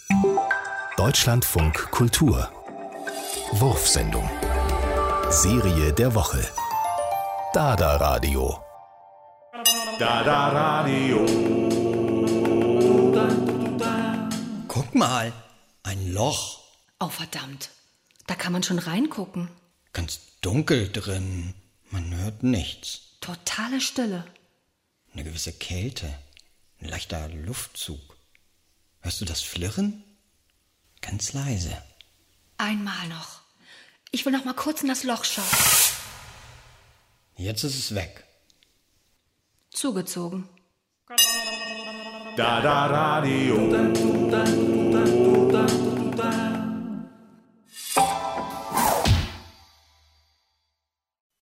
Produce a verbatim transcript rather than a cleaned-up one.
Deutschlandfunk Kultur Wurfsendung Serie der Woche Dada Radio Dada Radio. Guck mal, ein Loch. Oh verdammt, da kann man schon reingucken. Ganz dunkel drin, man hört nichts. Totale Stille. Eine gewisse Kälte, ein leichter Luftzug. Hörst du das Flirren? Ganz leise. Einmal noch. Ich will noch mal kurz in das Loch schauen. Jetzt ist es weg. Zugezogen. Dada Radio.